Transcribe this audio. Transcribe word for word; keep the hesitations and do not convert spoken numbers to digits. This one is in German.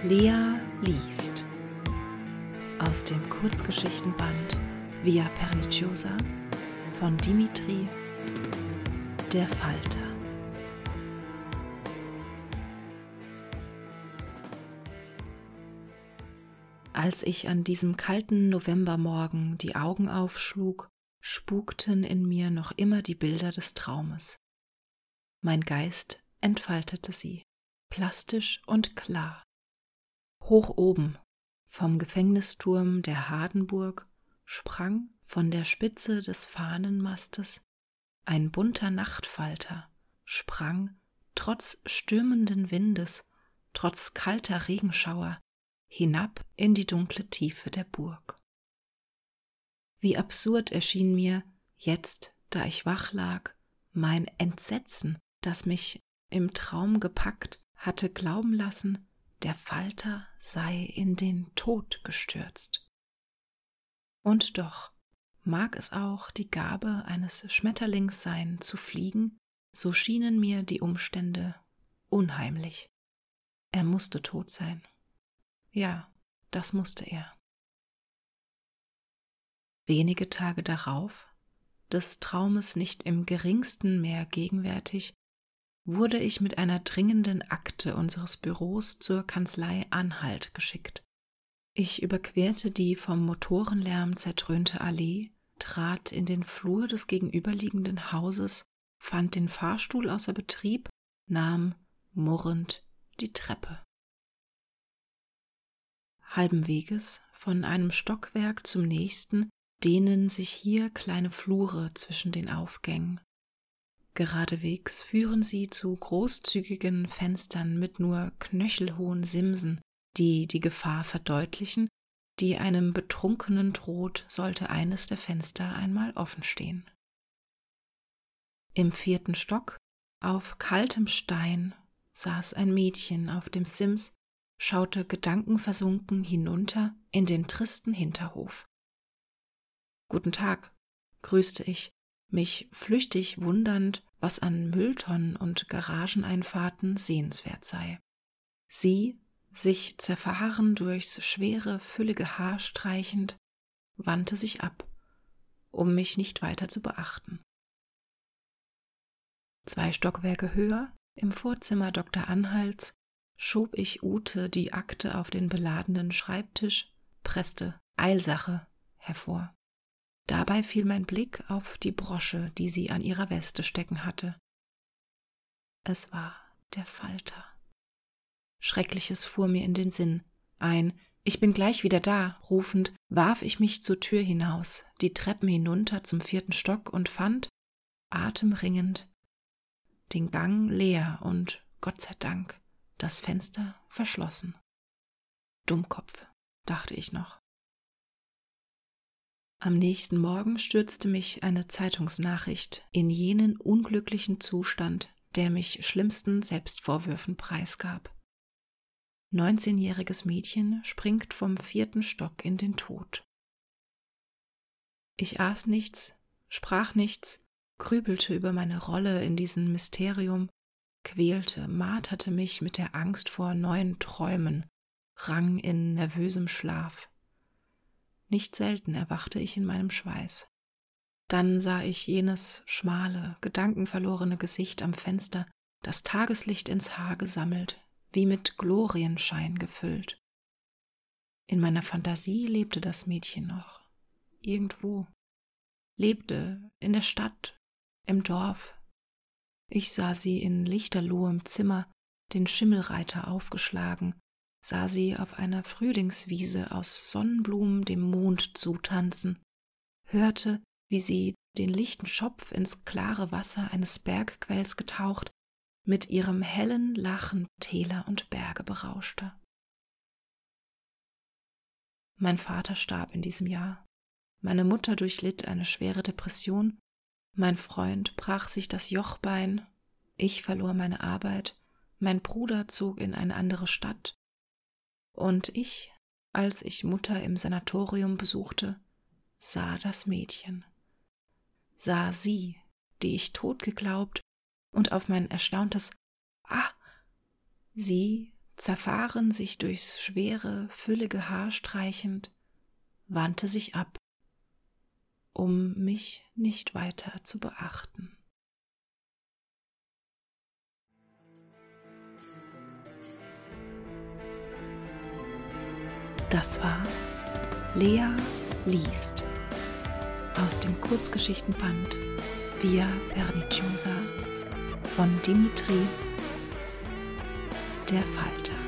Lea liest aus dem Kurzgeschichtenband Via Perniciosa von Dimitri der Falter. Als ich an diesem kalten Novembermorgen die Augen aufschlug, spukten in mir noch immer die Bilder des Traumes. Mein Geist entfaltete sie, plastisch und klar. Hoch oben, vom Gefängnisturm der Hardenburg, sprang von der Spitze des Fahnenmastes ein bunter Nachtfalter, sprang trotz stürmenden Windes, trotz kalter Regenschauer, hinab in die dunkle Tiefe der Burg. Wie absurd erschien mir, jetzt, da ich wach lag, mein Entsetzen, das mich im Traum gepackt hatte glauben lassen, der Falter sei in den Tod gestürzt. Und doch mag es auch die Gabe eines Schmetterlings sein, zu fliegen, so schienen mir die Umstände unheimlich. Er musste tot sein. Ja, das musste er. Wenige Tage darauf, des Traumes nicht im geringsten mehr gegenwärtig, wurde ich mit einer dringenden Akte unseres Büros zur Kanzlei Anhalt geschickt. Ich überquerte die vom Motorenlärm zerdröhnte Allee, trat in den Flur des gegenüberliegenden Hauses, fand den Fahrstuhl außer Betrieb, nahm murrend die Treppe. Halben Weges von einem Stockwerk zum nächsten dehnen sich hier kleine Flure zwischen den Aufgängen. Geradewegs führen sie zu großzügigen Fenstern mit nur knöchelhohen Simsen, die die Gefahr verdeutlichen, die einem Betrunkenen droht, sollte eines der Fenster einmal offen stehen. Im vierten Stock, auf kaltem Stein, saß ein Mädchen auf dem Sims, schaute gedankenversunken hinunter in den tristen Hinterhof. »Guten Tag«, grüßte ich, mich flüchtig wundernd, was an Mülltonnen und Garageneinfahrten sehenswert sei. Sie, sich zerfahren durchs schwere, füllige Haar streichend, wandte sich ab, um mich nicht weiter zu beachten. Zwei Stockwerke höher, im Vorzimmer Doktor Anhalts, schob ich Ute die Akte auf den beladenen Schreibtisch, presste Eilsache hervor. Dabei fiel mein Blick auf die Brosche, die sie an ihrer Weste stecken hatte. Es war der Falter. Schreckliches fuhr mir in den Sinn. Ein »Ich bin gleich wieder da« rufend, warf ich mich zur Tür hinaus, die Treppen hinunter zum vierten Stock und fand, atemringend, den Gang leer und, Gott sei Dank, das Fenster verschlossen. Dummkopf, dachte ich noch. Am nächsten Morgen stürzte mich eine Zeitungsnachricht in jenen unglücklichen Zustand, der mich schlimmsten Selbstvorwürfen preisgab. Neunzehnjähriges Mädchen springt vom vierten Stock in den Tod. Ich aß nichts, sprach nichts, grübelte über meine Rolle in diesem Mysterium, quälte, marterte mich mit der Angst vor neuen Träumen, rang in nervösem Schlaf. Nicht selten erwachte ich in meinem Schweiß. Dann sah ich jenes schmale, gedankenverlorene Gesicht am Fenster, das Tageslicht ins Haar gesammelt, wie mit Glorienschein gefüllt. In meiner Fantasie lebte das Mädchen noch, irgendwo, lebte in der Stadt, im Dorf. Ich sah sie in lichterlohem Zimmer, den Schimmelreiter aufgeschlagen, sah sie auf einer Frühlingswiese aus Sonnenblumen dem Mond zutanzen, hörte, wie sie, den lichten Schopf ins klare Wasser eines Bergquells getaucht, mit ihrem hellen Lachen Täler und Berge berauschte. Mein Vater starb in diesem Jahr, meine Mutter durchlitt eine schwere Depression, mein Freund brach sich das Jochbein, ich verlor meine Arbeit, mein Bruder zog in eine andere Stadt, und ich, als ich Mutter im Sanatorium besuchte, sah das Mädchen, sah sie, die ich tot geglaubt, und auf mein erstauntes »Ah!« sie zerfahren sich durchs schwere, füllige Haar streichend, wandte sich ab, um mich nicht weiter zu beachten. Das war Lea liest aus dem Kurzgeschichtenband Via Perniciosa von Dimitri der Falter.